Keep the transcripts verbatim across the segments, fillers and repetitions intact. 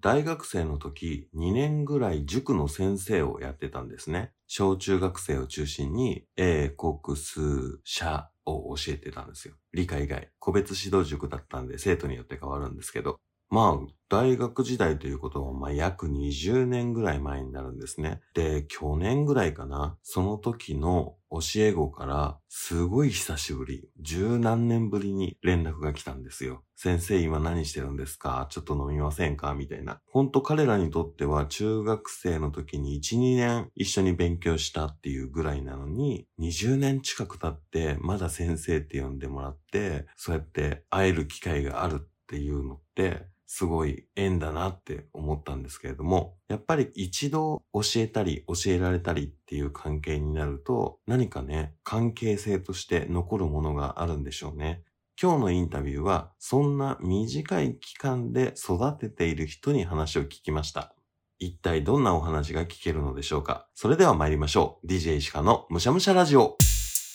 大学生の時にねんぐらい塾の先生をやってたんですね。小中学生を中心に英国数社を教えてたんですよ。理科以外。個別指導塾だったんで生徒によって変わるんですけど。まあ、大学時代ということは、まあ、約にじゅうねんぐらい前になるんですね。で、去年ぐらいかな、その時の教え子から、すごい久しぶり、十何年ぶりに連絡が来たんですよ。先生今何してるんですか？ちょっと飲みませんか？みたいな。ほんと彼らにとっては、中学生の時にいち、にねん一緒に勉強したっていうぐらいなのに、にじゅうねん近く経って、まだ先生って呼んでもらって、そうやって会える機会があるっていうのって、すごい縁だなって思ったんですけれども、やっぱり一度教えたり教えられたりっていう関係になると、何かね、関係性として残るものがあるんでしょうね。今日のインタビューは、そんな短い期間で育てている人に話を聞きました。一体どんなお話が聞けるのでしょうか。それでは参りましょう。ディージェー 石川のむしゃむしゃラジオ。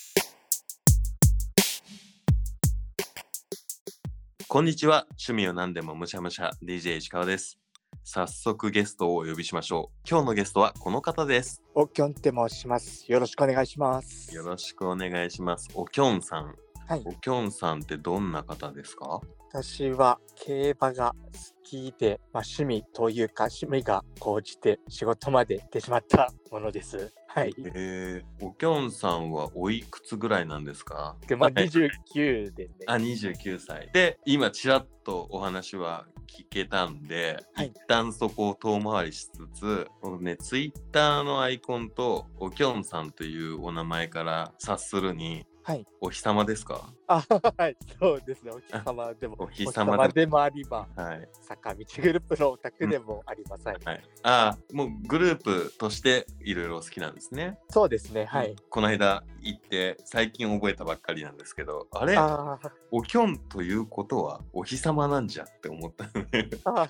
こんにちは。趣味を何でもむしゃむしゃ ディージェー 石川です。早速ゲストをお呼びしましょう。今日のゲストはこの方です。 おきょんって申します。よろしくお願いします。 よろしくお願いします。おきょんさん。 はい。 おきょんさんってどんな方ですか？ 私は競馬が好きで、まあ、趣味というか趣味が高じて仕事まで行ってしまったものです。はい。 えー、おきょんさんはおいくつぐらいなんですか？ で、まあ、にじゅうきゅうでね。 あ、にじゅうきゅうさい。で、今ちらっとお話は聞けたんで、 はい、 一旦そこを遠回りしつつ、僕ね、ツイッターのアイコンとおきょんさんというお名前から察するに、 はい、 お日様ですか？ あ、はい、そうですね。お日様でも、 お日お日様で様でもありば、 はい。 坂道グループのオタクでもあります。はい。 はい。ああ、もうグループとしていろいろ好きなんですね。 そうですね。はい。 この間行って最近覚えたばっかりなんですけど、あれあーおきょんということはお日様なんじゃって思ったのであ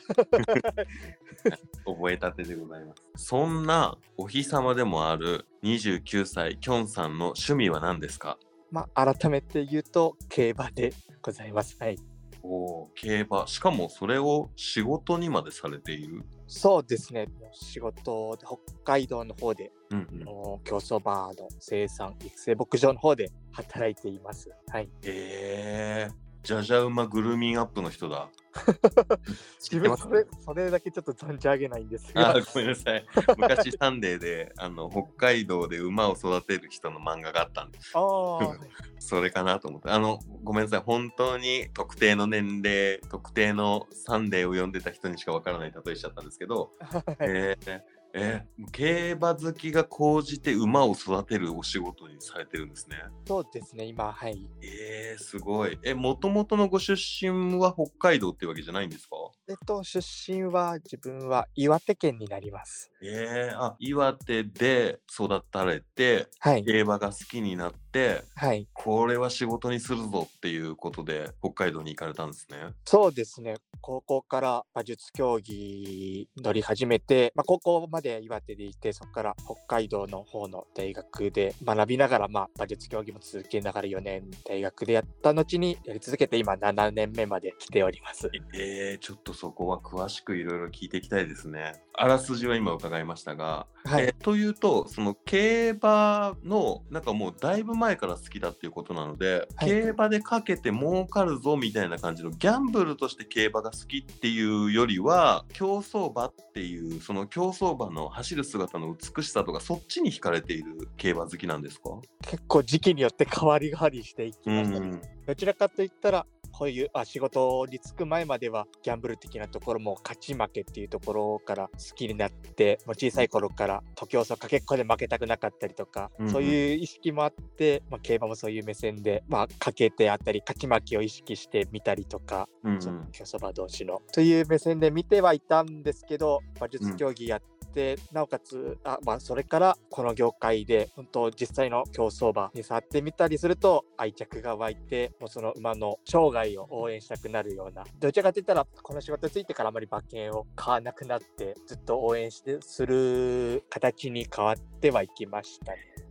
覚えたてでございます。そんなお日様でもあるにじゅうきゅうさいきょんさんの趣味は何ですか？ まあ、改めて言うと競馬でございます。はい。 おー、競馬。しかもそれを仕事にまでされている。 そうですね。もう仕事で北海道の方で、 うんうん、 もう競走馬の生産育成牧場の方で働いています。はい。 えー、じゃじゃ馬グルーミングアップの人だ。 自分それそれだけちょっと存じ上げないんですが。 あ、ごめんなさい。昔サンデーであの北海道で馬を育てる人の漫画があったんです。 ああ、 それかなと思って。あの、ごめんなさい。本当に特定の年齢、特定のサンデーを読んでた人にしかわからない例えしちゃったんですけど、えーえー、競馬好きが高じて馬を育てるお仕事にされてるんですね。 そうですね。今はい。 えー、すごい。え、もともとのご出身は北海道っていうわけじゃないんですか？ えっと出身は自分は岩手県になります。 えー、あ、岩手で育たれて、 はい。 競馬が好きになって、 はい。 これは仕事にするぞっていうことで北海道に行かれたんですね。 そうですね。高校から馬術競技乗り始めて、まあ、高校まで岩手でいて、そこから北海道の方の大学で学びながら、まあ、馬術競技も続けながらよねん大学でやった後にやり続けて今ななねんめまで来ております。 えー、ちょっとそこは詳しくいろいろ聞いていきたいですね。あらすじは今伺いましたが、 はい、 えーというとその競馬のなんかもうだいぶ前から好きだっていうことなので、 はい、 競馬でかけて儲かるぞみたいな感じのギャンブルとして競馬が好きっていうよりは、競走馬っていうその競走馬の走る姿の美しさとかそっちに惹かれている競馬好きなんですか？ 結構時期によって変わり変わりしていきましたね。 うんどちらかといったらこういうあ仕事に就く前まではギャンブル的なところも勝ち負けっていうところから好きになって、もう小さい頃から徒競走かけっこで負けたくなかったりとか、 うんうん、 そういう意識もあって、まあ、競馬もそういう目線で、まあ、かけてあったり勝ち負けを意識してみたりとか、 うんうん、 その競走馬同士のという目線で見てはいたんですけど、馬術競技やってでなおかつあ、まあ、それからこの業界で本当実際の競走馬に触ってみたりすると愛着が湧いて、もうその馬の生涯を応援したくなるような、どちらかといったらこの仕事についてからあまり馬券を買わなくなってずっと応援してする形に変わってはいきましたね。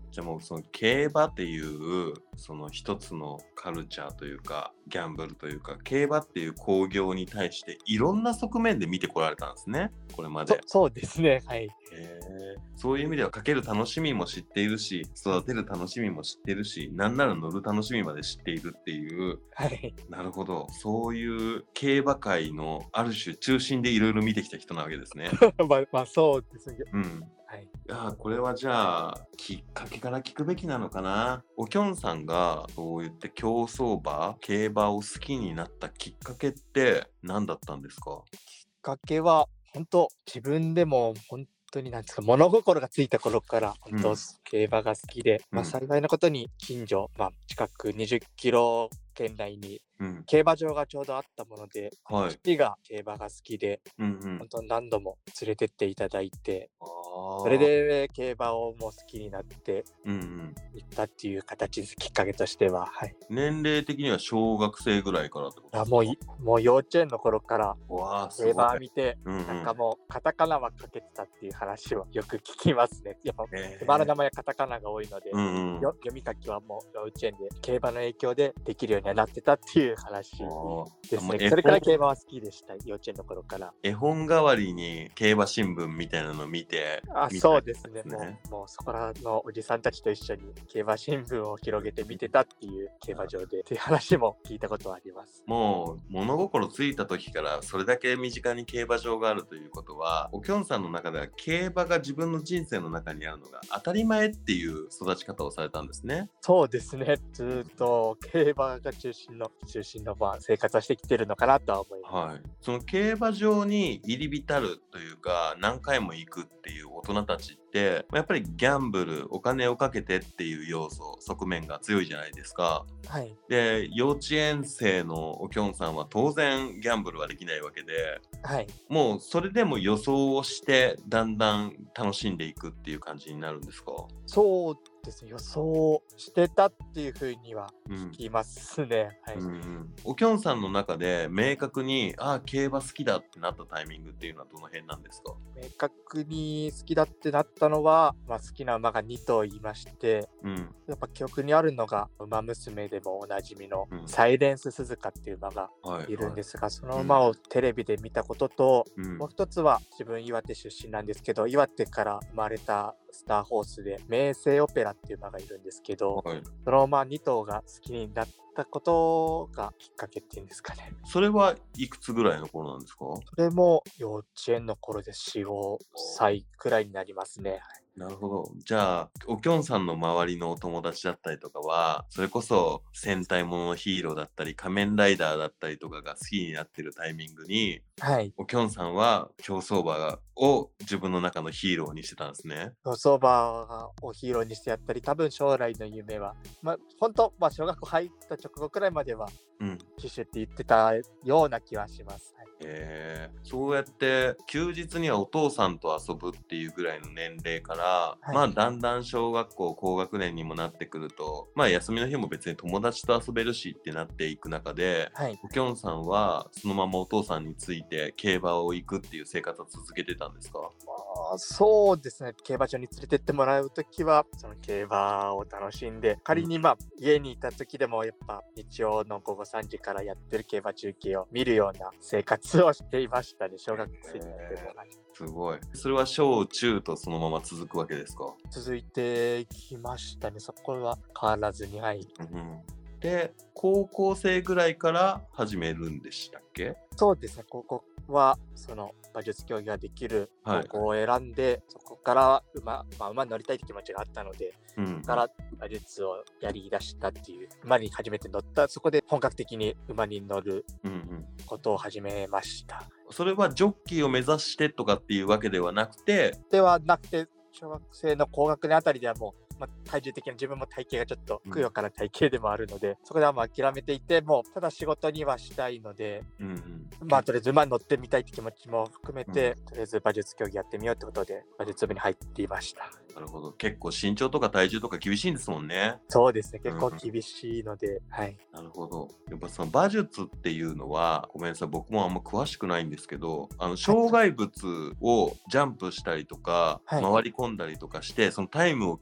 じゃあもうその競馬っていうその一つのカルチャーというかギャンブルというか競馬っていう興行に対していろんな側面で見てこられたんですね、これまで。 そそうですね、はい。 へー、そういう意味ではかける楽しみも知っているし、育てる楽しみも知ってるし、なんなら乗る楽しみまで知っているっていう。 はい。 なるほど、そういう競馬界のある種中心でいろいろ見てきた人なわけですね。 まあ、まあ、そうですね。 うん。 はい。 いやー、これはじゃあきっかけから聞くべきなのかな。おきょんさんがそう言って競走馬競馬を好きになったきっかけって何だったんですか？ きっかけは本当自分でも本当になんですか、物心がついた頃から本当、 うん競馬が好きで、まあ、 うん幸いなことに近所、まあ、近くにじゅっキロ圏内にうん競馬場がちょうどあったもので、 はい父が競馬が好きで、 うんうん本当何度も連れてっていただいて、 あそれーで競馬をもう好きになってうんうんいったっていう形です、きっかけとしては。はい。 年齢的には小学生ぐらいからってことですか？ あもういもう幼稚園の頃からわあす競ごい。 馬見て、 うんうんなんかもうカタカナは書けてたっていう話をよく聞きますね。やっぱへー馬の名前はカタカナが多いので、 うんうんよ読み書きはもう幼稚園で競馬の影響でできるようにはなってたっていう話ですあもうね。 絵それから本競馬は好きでした、幼稚園の頃から。 絵本代わりに競馬新聞みたいなの見てあ、 見たそうですね。 ねもう、もうそこらのおじさんたちと一緒に競馬新聞を広げて見てたっていう競馬場でっていう話も聞いたことはあります。 もう物心ついた時からそれだけ身近に競馬場があるということは、おきょんさんの中では競馬が自分の人生の中にあるのが当たり前っていう育ち方をされたんですね。 そうですね。ずーっと競馬が中心の中心のまあ生活はしてきてるのかなとは思います。 はい。その競馬場に入り浸るというか何回も行くっていう大人たちってやっぱりギャンブル、お金をかけてっていう要素側面が強いじゃないですか。 はい。 で幼稚園生のおきょんさんは当然ギャンブルはできないわけで、 はい。 もうそれでも予想をしてだんだん楽しんでいくっていう感じになるんですか？ そうですね。予想してたっていうふうにはうん聞きますね。はい。 うんうん、おきょんさんの中で明確にああ競馬好きだってなったタイミングっていうのはどの辺なんですか？ 明確に好きだってなったのは、まあ、好きな馬がに頭いまして、 うんやっぱ記憶にあるのが馬娘でもおなじみのうんサイレンス鈴鹿っていう馬がはいいるんですが、そのうん馬をテレビで見たことと、 うんもう一つは自分岩手出身なんですけど、岩手から生まれたスターホースで明星オペラっていう馬がいるんですけど、 はい、 その馬に頭が好きになったことがきっかけっていうんですかね。 それはいくつぐらいの頃なんですか？ それも幼稚園の頃でよん、ごさいくらいになりますね。 なるほど。じゃあおきょんさんの周りのお友達だったりとかはそれこそ戦隊もののヒーローだったり仮面ライダーだったりとかが好きになってるタイミングに、 はい。 おきょんさんは競走馬を自分の中のヒーローにしてたんですね。 予想馬をヒーローにしてやったり、多分将来の夢は、まあ、本当、まあ、小学校入った直後くらいまでは、 うん。 騎手って言ってたような気はします。はい、 えー、そうやって休日にはお父さんと遊ぶっていうぐらいの年齢から、 はいまあだんだん小学校高学年にもなってくると、まあ休みの日も別に友達と遊べるしってなっていく中で、 はい、 おきょんさんはそのままお父さんについて競馬を行くっていう生活を続けてたんですか？ まあ、そうですね。競馬場に連れてってもらうときは、その競馬を楽しんで、仮にまあ家にいたときでも、やっぱ日曜の午後さんじからやってる競馬中継を見るような生活をしていましたね、小学生になっても。はい、 すごい。それは小中とそのまま続くわけですか？ 続いてきましたね。そこは変わらずに。はい。 うんで、高校生ぐらいから始めるんでしたっけ？ そうですね。高校はその馬術競技ができるはい高校を選んで、そこから馬、まあ、馬に乗りたいって気持ちがあったので、 うんそこから馬術をやり出したっていう、馬に初めて乗った、そこで本格的に馬に乗るうんうんことを始めました。 それはジョッキーを目指してとかっていうわけではなくて、 ではなくて、小学生の高学年あたりではもう、まあ、体重的な自分も体型がちょっとふくよかな体型でもあるので、うん、そこではもう諦めていて、もうただ仕事にはしたいので、 うんうん、 まあとりあえず馬に乗ってみたいって気持ちも含めて、 うん、 とりあえず馬術競技やってみようってことで馬術部に入っていました。 なるほど。結構身長とか体重とか厳しいんですもんね。 そうですね、結構厳しいので、うん、はい。 なるほど。やっぱその馬術っていうのは、ごめんなさい、僕もあんま詳しくないんですけど、あの障害物をジャンプしたりとか、はい、回り込んだりとかして、そのタイムを競うっ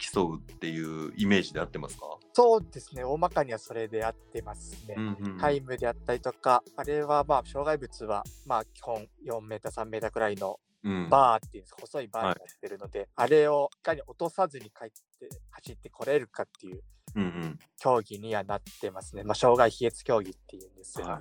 っていうイメージで合ってますか？ そうですね、大まかにはそれで合ってますね。 うんうんうん、 タイムであったりとか、あれはまあ障害物はまあ基本よんメーターさんメーターくらいのうん、 バーっていうんです、細いバーにはなってるので、あれをいかに落とさずに帰って走ってこれるかっていううんうん、 競技にはなってますね。まあ障害飛越競技っていうんですよ。 はい。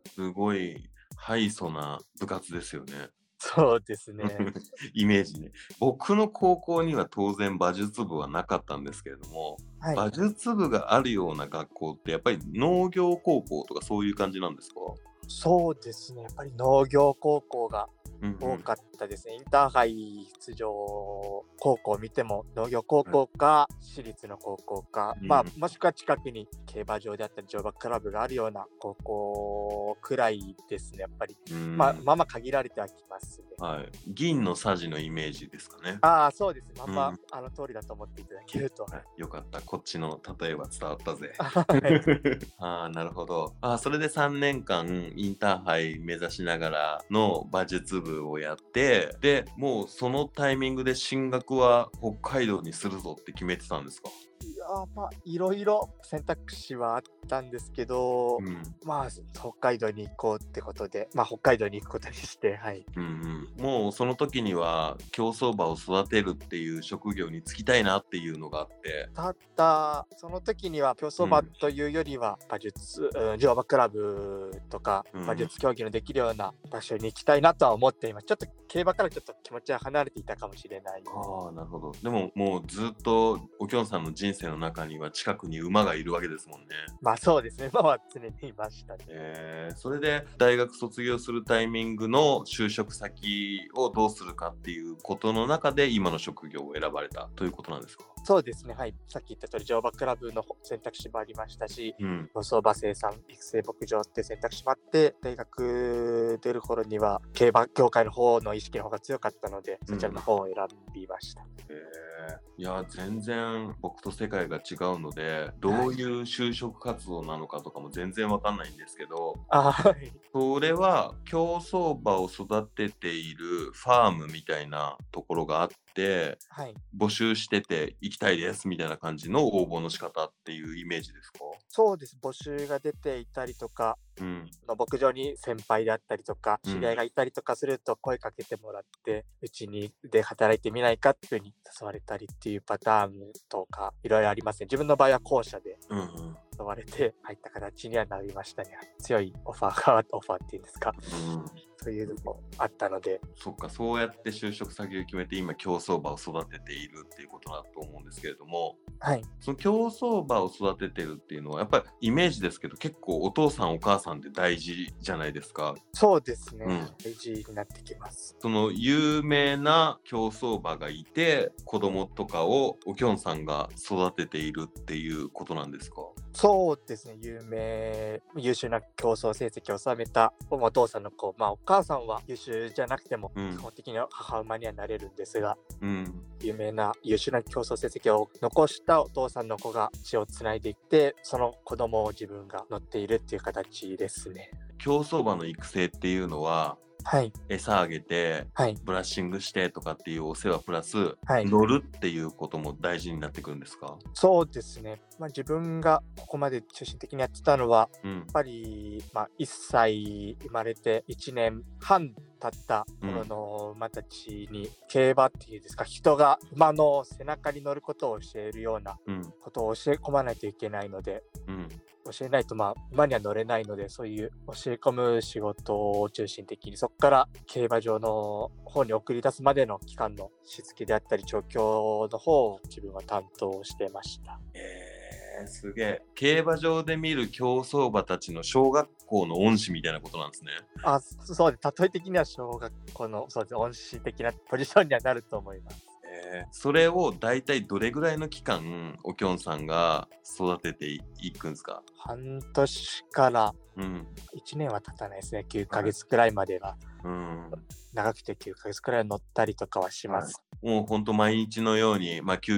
すごいハイソな部活ですよね。 そうですね。 イメージね。僕の高校には当然馬術部はなかったんですけれども、 はい。 馬術部があるような学校ってやっぱり農業高校とかそういう感じなんですか？ そうですね。やっぱり農業高校がうんうん、 多かったですね。インターハイ出場高校を見ても農業高はい、 校か私立の高校か、 うん、 まあもしくは近くに競馬場であったり乗馬クラブがあるような高校くらいですね。やっぱり、 うまあん、 まあまあ限られてはきますね。 はい。銀のさじのイメージですかね。 ああ、そうですね。まんま、 うん、 あの通りだと思っていただけると。 はい、よかった。こっちの例えは伝わったぜ。 はい。 ああ、なるほど。あー、それでさんねんかんインターハイ目指しながらの馬術部をやって、で、もうそのタイミングで進学は北海道にするぞって決めてたんですか？ いやー、まあ、いろいろ選択肢はあったんですけど、 うん。 まあ、北海道に行こうってことで、まあ、北海道に行くことにして、はい。 うんうん。もうその時には競走馬を育てるっていう職業に就きたいなっていうのがあって。 ただ、その時には競走馬というよりは、馬術、うん、乗馬クラブとか、 うんうん、 馬術競技のできるような場所に行きたいなとは思っています。ちょっと競馬からちょっと気持ちは離れていたかもしれない。 ああ、なるほど。でももうずっとおきょんさんの人生の中には近くに馬がいるわけですもんね。 まあそうですね、馬は常にいましたね。 えー、それで大学卒業するタイミングの就職先をどうするかっていうことの中で今の職業を選ばれたということなんですか？ そうですね、はい。さっき言った通り、乗馬クラブの選択肢もありましたし、 うん。 競走馬生産育成牧場って選択肢もあって、大学出る頃には競馬業界の方の意識の方が強かったので、そちらの方を選びました。 えー、いや全然僕と世界が違うのでどういう就職活動なのかとかも全然わかんないんですけど、 あ、はい。 それは競走馬を育てているファームみたいなところがあってはい。 募集してて行きたいですみたいな感じの応募の仕方っていうイメージですか？ そうです。募集が出ていたりとか、 うん。 の牧場に先輩であったりとか、 うん知り合いがいたりとかすると声かけてもらって、うちにで働いてみないかっていうふうに誘われたりっていうパターンとか、いろいろありますね。自分の場合は後者でうんうん。 誘われて入った形にはなりましたね。強いオファーが、オファーっていうんですか。 うん、 そういうのもあったので。 そっか、そうやって就職先を決めて今競走馬を育てているっていうことだと思うんですけれども、 はい。 その競走馬を育ててるっていうのはやっぱりイメージですけど結構お父さんお母さんって大事じゃないですか。 そうですね。 うん。 大事になってきます。 その有名な競走馬がいて子供とかをおきょんさんが育てているっていうことなんですか？ そうですね。有名、優秀な競争成績を収めたお父さんの子、まあお母さんは優秀じゃなくても、 うん基本的には母馬にはなれるんですが、 うん。 有名な優秀な競争成績を残したお父さんの子が血をつないでいって、その子供を自分が乗っているっていう形ですね。 競走馬の育成っていうのははい。 餌あげてはい。 ブラッシングしてとかっていうお世話プラスはい。 乗るっていうことも大事になってくるんですか？ そうですね。まあ自分がここまで中心的にやってたのは、 うんやっぱり、まあ、いっさい生まれていちねんはん経った頃の馬たちに、競馬っていうんですか、人が馬の背中に乗ることを教えるようなうんことを教え込まないといけないので、 うん教えないと、まあ、馬には乗れないので、そういう教え込む仕事を中心的に、そこから競馬場の方に送り出すまでの期間のしつけであったり、調教の方を自分は担当してました。 えー、すげえ。競馬場で見る競走馬たちの小学校の恩師みたいなことなんですね。 あ、そうです。例え的には小学校の、そうですね、恩師的なポジションにはなると思います。 えー、それを大体どれぐらいの期間おきょんさんが育てていくんですか？ 半年からうんいちねんは経たないですね。きゅうかげつくらいまでは。 うん、 長くてきゅうかげつくらい乗ったりとかはします。 もうほんと毎日のように、まあ、休憩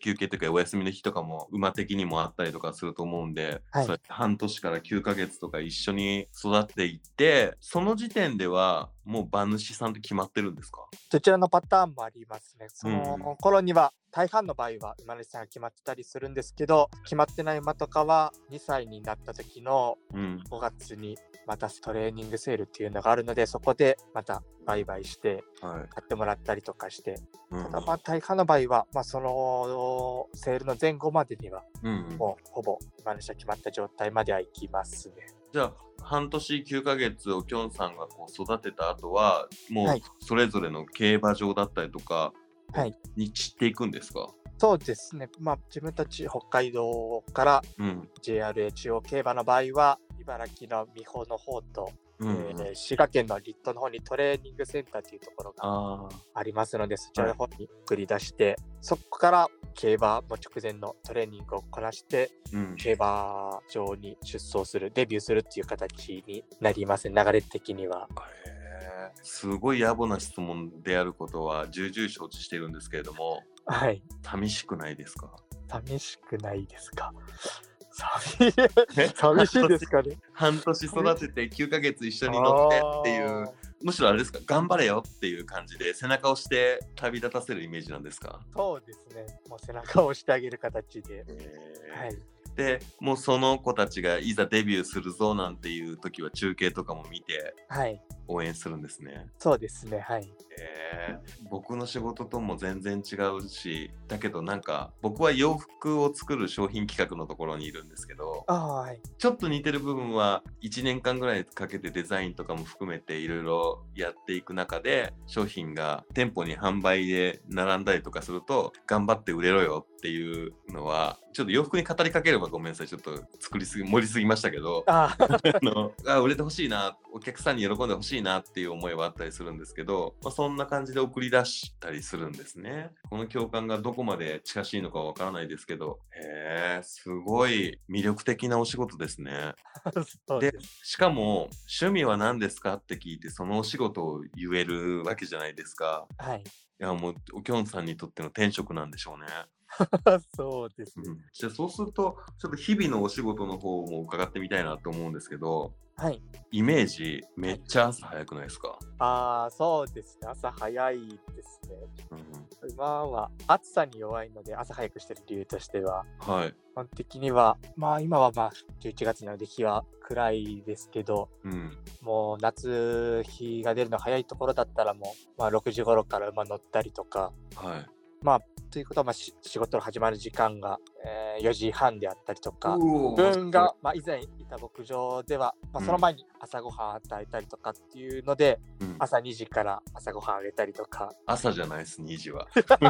休憩とかお休みの日とかも馬的にもあったりとかすると思うんで、 はい、 そうやって半年からきゅうかげつとか一緒に育っていって、その時点ではもう馬主さんって決まってるんですか？ どちらのパターンもありますね。そうんの頃には大半の場合は馬主さんが決まってたりするんですけど、決まってない馬とかはにさいになった時のうん。 ごがつにまたトレーニングセールっていうのがあるので、そこでまた売買してはい。 買ってもらったりとかして、 うん。 ただまあ大半の場合は、まあ、そのセールの前後までにはうんうん。 もうほぼ馬主は決まった状態までは行きますね。 じゃあ半年きゅうかげつをきょんさんがこう育てた後はもうはい、 それぞれの競馬場だったりとかはい。 に散っていくんですか？ そうですね。まあ自分たち北海道からうん。 ジェイアールエー 中央競馬の場合は、茨城の美保の方と、 うんうん。 えー滋賀県の栗東の方にトレーニングセンターというところがあありますので、そちあ、はい。 らの方に送り出して、そこから競馬の直前のトレーニングをこなして、 うん。 競馬場に出走する、デビューするっていう形になりますね、流れ的には。 へえ、すごい野暮な質問であることは重々承知しているんですけれども、 はい。 寂しくないですか？ 寂しくないですか？寂しいえ、 寂しいですかね。 半年育ててきゅうかげつ一緒に乗ってっていう、 ああ。 むしろあれですか、頑張れよっていう感じで背中を押して旅立たせるイメージなんですか？ そうですね。もう背中を押してあげる形で。はへい。 え。で、もうその子たちがいざデビューするぞなんていう時は中継とかも見てはい。 応援するんですね。 そうですね。はい。 えー、僕の仕事とも全然違うし、だけどなんか僕は洋服を作る商品企画のところにいるんですけど、 ああ、はい。 ちょっと似てる部分はいちねんかんぐらいかけてデザインとかも含めていろいろやっていく中で、商品が店舗に販売で並んだりとかすると頑張って売れろよっていうのは、ちょっと洋服に語りかければごめんなさい、ちょっと作りすぎ盛りすぎましたけど、 ああ、 あのあ売れてほしいな、お客さんに喜んでほしいなっていう思いはあったりするんですけど、まあ、そんな感じで送り出したりするんですね。この共感がどこまで近しいのかわからないですけど、へえ、すごい魅力的なお仕事ですね。で、 そうです。 しかも趣味は何ですかって聞いてそのお仕事を言えるわけじゃないですか。 はい。 いやもうおきょんさんにとっての天職なんでしょうね。 そうですね。 うん、じゃあそうするとちょっと日々のお仕事の方も伺ってみたいなと思うんですけど、 はい。 イメージめはい。 っちゃ朝早くないですか？ ああ、そうですね。朝早いですね。 うん、 今は暑さに弱いので、朝早くしてる理由としては、 はい。 基本的には、まあ今はまあじゅういちがつなので日は暗いですけど、 うん。 もう夏日が出るの早いところだったらもう、まあろくじ頃から馬乗ったりとか、 はい。 まあ、ということは、まあ、し仕事の始まる時間が、えーよじはんであったりとか、 うお、すごい。 自分が、まあ、以前いた牧場では、まあ、 うん。 その前に朝ごはん与えたりとかっていうので、 うん。 朝にじから朝ごはんあげたりとか。 朝じゃないです、にじは。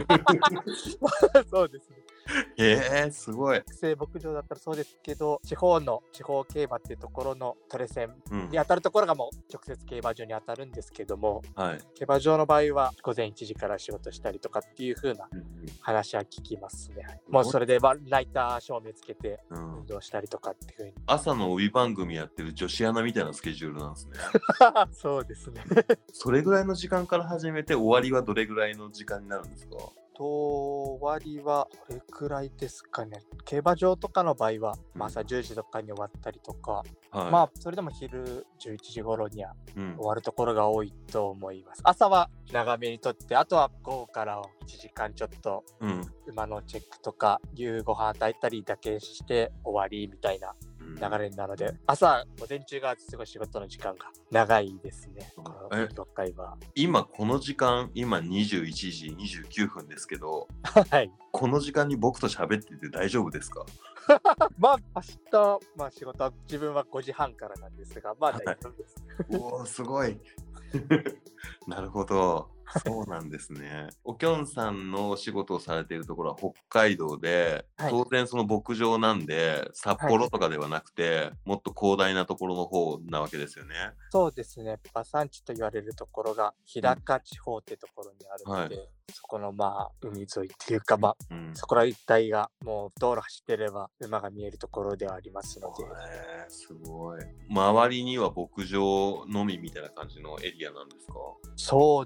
そうですね。 へえ、すごい。 育成牧場だったらそうですけど、地方の地方競馬っていうところのトレセンうん。 に当たるところがもう直接競馬場に当たるんですけども、 はい。 競馬場の場合は午前いちじから仕事したりとかっていう風なうんうん。 話は聞きますね。もうそれで、ま、ライター照明つけてうん。 運動したりとかっていう風に。 朝の帯番組やってる女子アナみたいなスケジュールなんですね。 そうですね。 それぐらいの時間から始めて、終わりはどれぐらいの時間になるんですか？ と、終わりはどれくらいですかね。競馬場とかの場合は、ま、 うん。 朝じゅうじとかに終わったりとか、 はい。 まあ、それでも昼じゅういちじ頃にはうん。 終わるところが多いと思います。朝は長めにとって、あとは午後からいちじかんちょっとうん。 馬のチェックとか、夕ご飯与えたりだけして終わりみたいなうん。 流れなので、朝、午前中がすごい仕事の時間が長いですね、このえ、 業界は。 今この時間、今にじゅういちじにじゅうきゅうふんですけど、 はい。 この時間に僕と喋ってて大丈夫ですか？ まあ、明日、まあ仕事は自分はごじはんからなんですが、まあ大はい。 丈夫です。 おお、すごい。なるほど。そうなんですね。おきょんさんのお仕事をされているところは北海道で、 はい。 当然その牧場なんで、札はい。 幌とかではなくて、もっと広大なところの方なわけですよね。 そうですね。馬産地と言われるところが、日うん。 高地方ってところにあるのはい。 で、そこのまあ、海沿いっていうか、まあ、 うん。 そこら一帯がもう道路走ってれば馬が見えるところではありますので、 へえ、すごい。周りには牧場のみみたいな感じのエリアなんですか？ そうです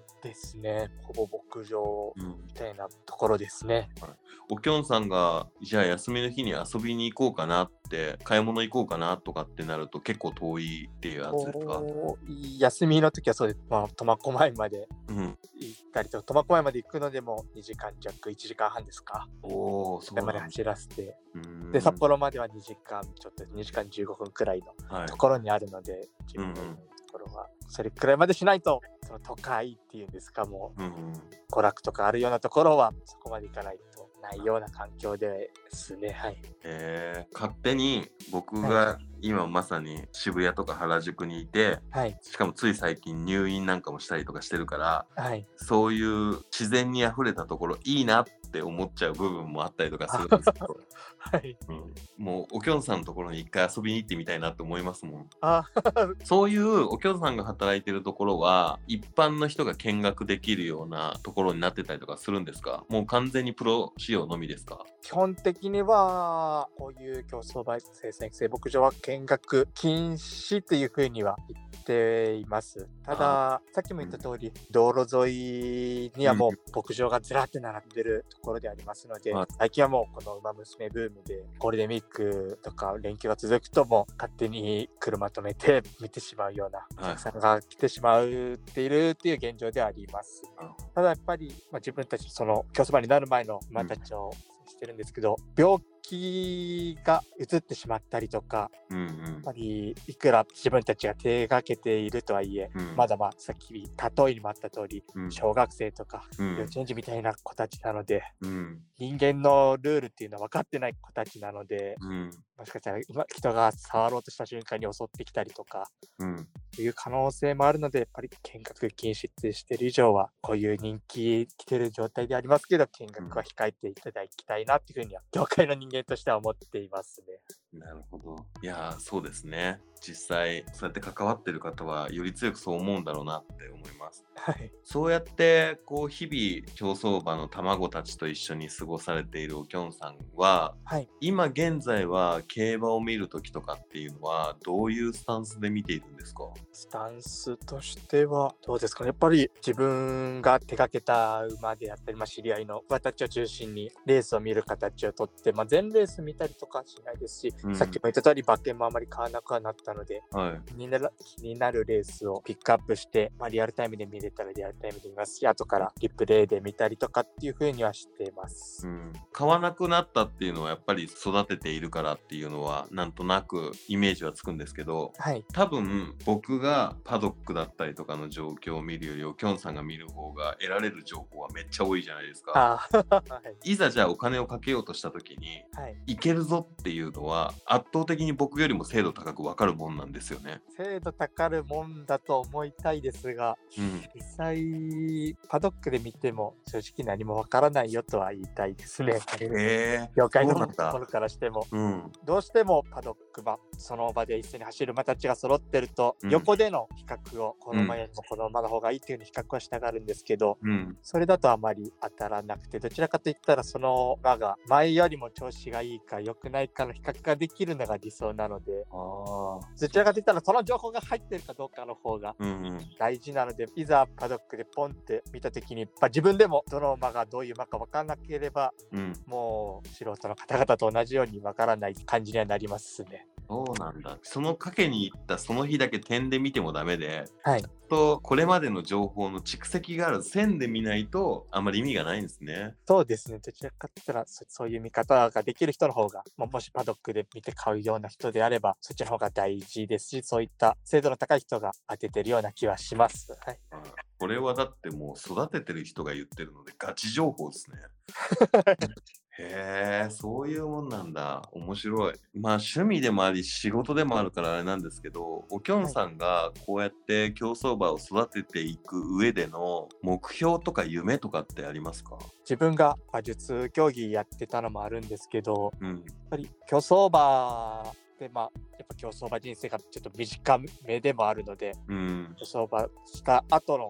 ですね。ほぼ牧場うん。 みたいなところですね。 おきょんさんが、じゃあ休みの日に遊びに行こうかなって、買い物行こうかなとかってなると結構遠いっていうやつですか？ お休みの時はそうです。まあ、苫小牧までうん。 行ったりと、苫小牧まで行くのでもにじかん弱、いちじかんはんですか。 おー、そそれまでうなんだ。 走らせて、 うーん。 で、札幌まではにじかん、ちょっとにじかんじゅうごふんくらいのはい。 ところにあるので、自分のうんうんところは、それくらいまでしないと、その都会っていうんですか、もううんうん。 娯楽とかあるようなところは、そこまで行かないとないような環境ですね。はい。 えー、勝手に僕はが今まさに渋谷とか原宿にいて、 はい。 しかもつい最近入院なんかもしたりとかしてるから、 はい。 そういう自然にあふれたところいいなって思っちゃう部分もあったりとかするんですけど、 はい。 うん、もうおきょんさんのところに一回遊びに行ってみたいなって思いますもん。 あ、 そういうおきょんさんが働いてるところは一般の人が見学できるようなところになってたりとかするんですか？もう完全にプロ仕様のみですか？ 基本的には、こういう競走馬生産育成牧場は見学禁止というふうには言っています。ただ、さっきも言った通り、道路沿いにはもう牧場がずらって並んでるところでありますので、 はい最近はもうこの馬娘ブームで、ゴールデンウィークとか連休が続くともう勝手に車止めて見てしまうようなおはい客さんが来てしまっているっていう現状ではあります。ただやっぱり、まあ、自分たちその競走馬になる前の馬たちをしてるんですけど、病気が移ってしまったりとか、 うんうんやっぱりいくら自分たちが手がけているとはいえ、 うんまだまあさっき例えにもあった通り、 うん小学生とかうん幼稚園児みたいな子たちなので、 うん人間のルールっていうのは分かってない子たちなので、 うんもしかしたら今人が触ろうとした瞬間に襲ってきたりとかうんという可能性もあるので、やっぱり見学禁止ってしてる以上は、こういう人気来てる状態でありますけど、見学は控えていただきたいなっていうふうには、業界の人間としては思っていますね。 なるほど。いやーそうですね。実際そうやって関わってる方はより強くそう思うんだろうなって思います。 はい。 そうやってこう日々競走馬の卵たちと一緒に過ごされているおきょんさんは、 はい。 今現在は競馬を見るときとかっていうのはどういうスタンスで見ているんですか？ スタンスとしては、どうですかね。やっぱり自分が手掛けた馬であったり、まあ、知り合いの馬たちを中心にレースを見る形をとって、まあ、全レース見たりとかはしないですし、 うんさっきも言った通り馬券もあまり買わなくはなったので、 はい。 気になる気になるレースをピックアップして、まあ、リアルタイムで見れたらリアルタイムで見ますし、後からリプレイで見たりとかっていう風にはしています。 うん、買わなくなったっていうのはやっぱり育てているからっていうのはなんとなくイメージはつくんですけど、 はい。 多分僕がパドックだったりとかの状況を見るよりおきょんさんが見る方が得られる情報はめっちゃ多いじゃないですか。 あーはいざじゃあお金をかけようとした時にはい。 いけるぞっていうのは圧倒的に僕よりも精度高く分かるもんなんですよね。 精度高るもんだと思いたいですが、 うん実際パドックで見ても正直何もわからないよとは言いたいですね。 へえ。 業界のもそうなんだのからしても、 うんどうしてもパドック馬、その場で一緒に走る馬たちが揃ってると、 うん横での比較をこの馬よりもこの馬の方がいいっていうふうに比較はしたがるんですけど、 うんそれだとあまり当たらなくて、どちらかといったらその馬が前よりも調子がいいか良くないかの比較ができるのが理想なので、 ああどちらかといったらその情報が入ってるかどうかの方がうんうん大事なので、いざパドックでポンって見た時に、まあ、自分でもどの馬がどういう馬か分からなければ、 うんもう素人の方々と同じように分からない感じにはなりますね。 そうなんだ。その賭けに行ったその日だけ点で見てもダメで、 はい。 とこれまでの情報の蓄積がある線で見ないとあんまり意味がないんですね。 そうですね。どちらかといったらそ、そういう見方ができる人の方が、まあ、もしパドックで見て買うような人であれば、そっちの方が大事ですし、そういった精度の高い人が当ててるような気はします。はい。 あこれはだってもう育ててる人が言ってるのでガチ情報ですね。へえ、そういうもんなんだ。面白い。まあ趣味でもあり仕事でもあるからあれなんですけど、おきょんさんがこうやって競走馬を育てていく上での目標とか夢とかってありますか？ 自分が馬術競技やってたのもあるんですけど、 うん。 やっぱり競走馬で、まあ、やっぱ競走馬人生がちょっと短めでもあるので、 うん。 競走馬した後の先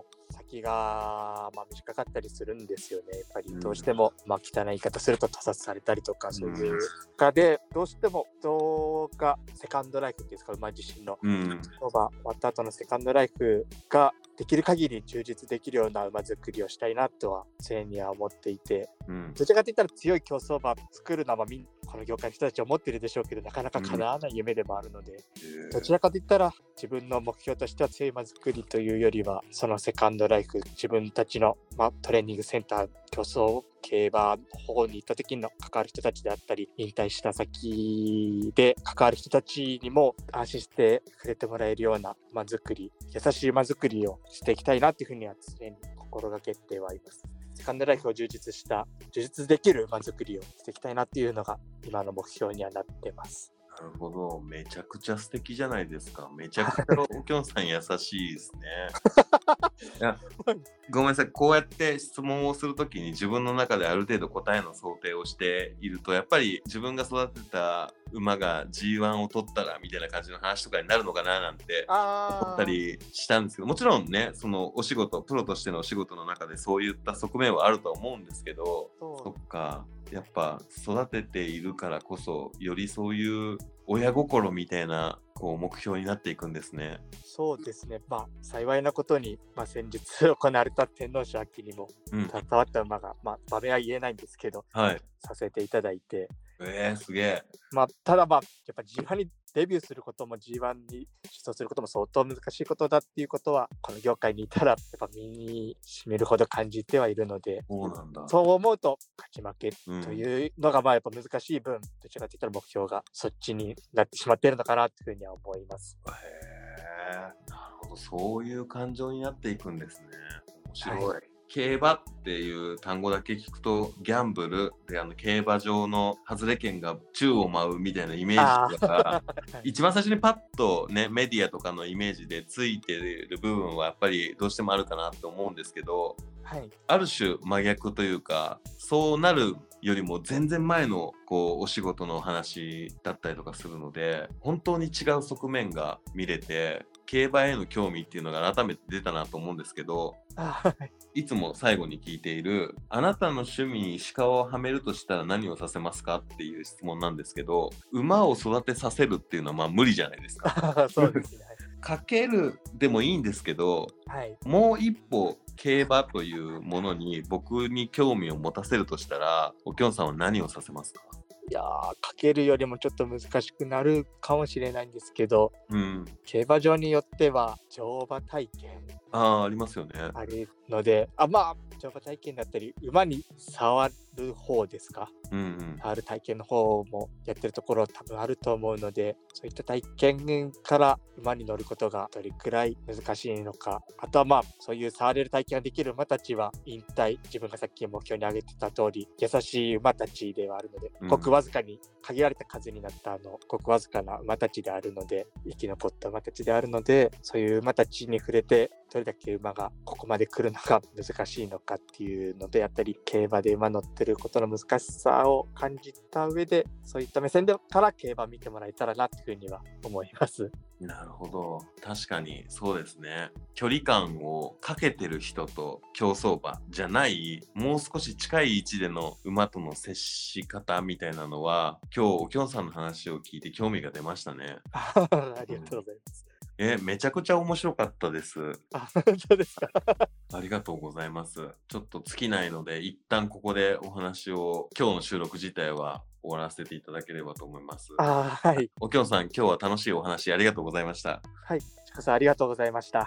先が、まあ、短かったりするんですよね。やっぱりうんどうしても、まあ、汚い言い方すると他殺されたりとか、そういう中で、どうしても人がセカンドライフっていうんですか、馬自身のうん人が終わった後のセカンドライフができる限り充実できるような馬作りをしたいなとは常には思っていて、 うんどちらかといったら強い競走馬作るのはみんこの業界の人たちは思ってるでしょうけど、なかなか叶わない夢でもあるので、どちらかといったら自分の目標としては強い馬作りというよりは、そのセカンドライフ、自分たちの、まあ、トレーニングセンター、競走競馬の方に行った時の関わる人たちであったり、引退した先で関わる人たちにも安心して触れてもらえるような馬作り、優しい馬作りをしていきたいなというふうには常に心がけてはいます。セカンドライフを充実した充実できる馬作りをしていきたいなっていうのが今の目標にはなってます。 なるほど。めちゃくちゃ素敵じゃないですか。めちゃくちゃおきょんさん優しいですね。いやごめんなさい。こうやって質問をするときに自分の中である程度答えの想定をしていると、やっぱり自分が育てた馬が ジーワン を取ったらみたいな感じの話とかになるのかななんて思ったりしたんですけど、もちろんね、そのお仕事、プロとしてのお仕事の中でそういった側面はあると思うんですけど、そっか。やっぱ育てているからこそよりそういう親心みたいなこう目標になっていくんですね。 そうですね。まあ幸いなことに、まあ、先日行われた天皇賞秋にもうん、 携わった馬が、まあ場面は言えないんですけど、 はい。 させていただいて、 えー、すげえ。 まあただまあやっぱ ジーワン にデビューすることも ジーワン に出走することも相当難しいことだっていうことはこの業界にいたらやっぱ身に染みるほど感じてはいるので、 そうなんだ。 そう思うと勝ち負けうんというのがまあやっぱ難しい分、どちらかといったら目標がそっちになってしまっているのかなというふうには思います。 へえ、なるほど。そういう感情になっていくんですね。面白い。 は競馬っていう単語だけ聞くとギャンブルであの競馬場の外れ券が宙を舞うみたいなイメージとかはい一番最初にパッとねメディアとかのイメージでついてる部分はやっぱりどうしてもあるかなと思うんですけど、 はいある種真逆というかそうなるよりも全然前のこうお仕事の話だったりとかするので本当に違う側面が見れて競馬への興味っていうのが改めて出たなと思うんですけど、 はいいつも最後に聞いているあなたの趣味に鹿をはめるとしたら何をさせますかっていう質問なんですけど、馬を育てさせるっていうのはまあ無理じゃないですか。 そうですね。 かけるでもいいんですけど、 はい。 もう一歩競馬というものに僕に興味を持たせるとしたらおきょんさんは何をさせますか？ いやー、かけるよりもちょっと難しくなるかもしれないんですけど、 うん、 競馬場によっては乗馬体験あーありますよね。 あるので、あまあ乗馬体験だったり馬に触る方ですか、 うんうん、 触る体験の方もやってるところ多分あると思うので、そういった体験から馬に乗ることがどれくらい難しいのか、あとはまあそういう触れる体験ができる馬たちは引退、自分がさっき目標に挙げてた通り優しい馬たちではあるので、 うんごくわずかに限られた数になったあのごくわずかな馬たちであるので、生き残った馬たちであるので、そういう馬たちに触れてどれだけ馬がここまで来るのが難しいのかっていうのであったり、競馬で馬乗ってることの難しさを感じた上で、そういった目線でから競馬見てもらえたらなっていうふうには思います。 なるほど。確かにそうですね。距離感をかけてる人と競走馬じゃないもう少し近い位置での馬との接し方みたいなのは今日おきょんさんの話を聞いて興味が出ましたね。 ありがとうございます。 え、めちゃくちゃ面白かったです。 あ、本当ですか。 ありがとうございます。ちょっと尽きないので一旦ここでお話を今日の収録自体は終わらせていただければと思います。 あ、はい。 おきょんさん、今日は楽しいお話ありがとうございました。 はい、ちかさんありがとうございました。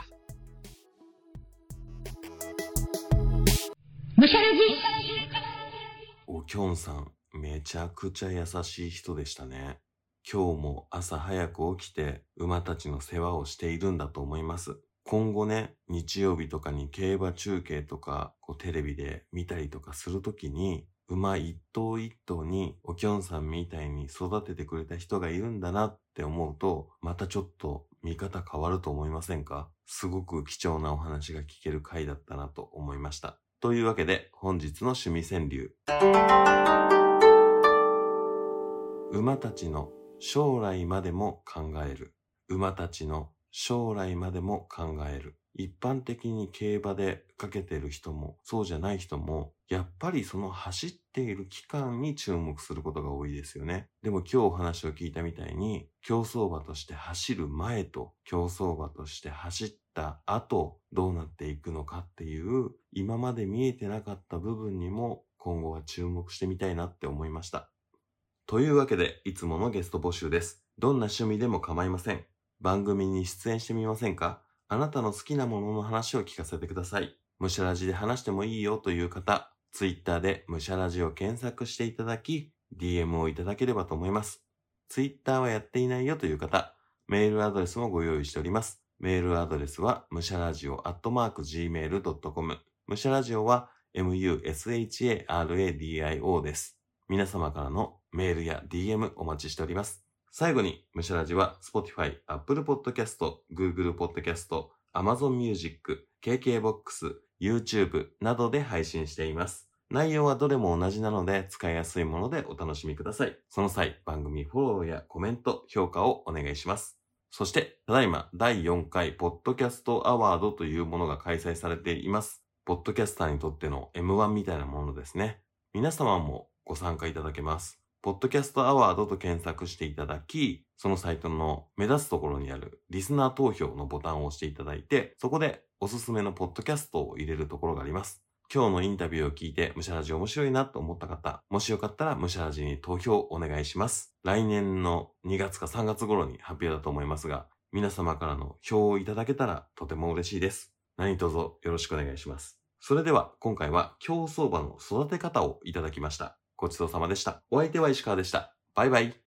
むしゃらじおきょんさん、めちゃくちゃ優しい人でしたね。今日も朝早く起きて馬たちの世話をしているんだと思います。今後ね、日曜日とかに競馬中継とかこうテレビで見たりとかするときに、馬一頭一頭におきょんさんみたいに育ててくれた人がいるんだなって思うと、またちょっと見方変わると思いませんか？すごく貴重なお話が聞ける回だったなと思いました。というわけで本日の趣味川柳。馬たちの将来までも考える。馬たちの将来までも考える。 一般的に競馬でかけてる人も、そうじゃない人も、やっぱりその走っている期間に注目することが多いですよね。でも今日お話を聞いたみたいに、競走馬として走る前と、競走馬として走った後、どうなっていくのかっていう、今まで見えてなかった部分にも、今後は注目してみたいなって思いました。というわけで、いつものゲスト募集です。どんな趣味でも構いません。番組に出演してみませんか？あなたの好きなものの話を聞かせてください。むしゃらじで話してもいいよという方、ツイッターでむしゃらじを検索していただき、ディーエム をいただければと思います。ツイッターはやっていないよという方、メールアドレスもご用意しております。メールアドレスは、むしゃらじお アットマークジーメールドットコム。むしゃらじおは エムユーエスエイチエーアールエーディーアイオー です。皆様からのメールや ディーエム お待ちしております。最後に、むしゃらじは Spotify、Apple Podcast、Google Podcast、Amazon Music、ケーケーボックス、YouTube などで配信しています。内容はどれも同じなので使いやすいものでお楽しみください。その際、番組フォローやコメント、評価をお願いします。そして、ただいまだいよんかいポッドキャストアワードというものが開催されています。ポッドキャスターにとっての エムワン みたいなものですね。皆様もご参加いただけます。ポッドキャストアワードと検索していただき、そのサイトの目立つところにあるリスナー投票のボタンを押していただいて、そこでおすすめのポッドキャストを入れるところがあります。今日のインタビューを聞いてむしゃらじ面白いなと思った方、もしよかったらむしゃらじに投票お願いします。来年のにがつかさんがつ頃に発表だと思いますが、皆様からの票をいただけたらとても嬉しいです。何卒よろしくお願いします。それでは今回は競走馬の育て方をいただきました。ごちそうさまでした。お相手は石川でした。バイバイ。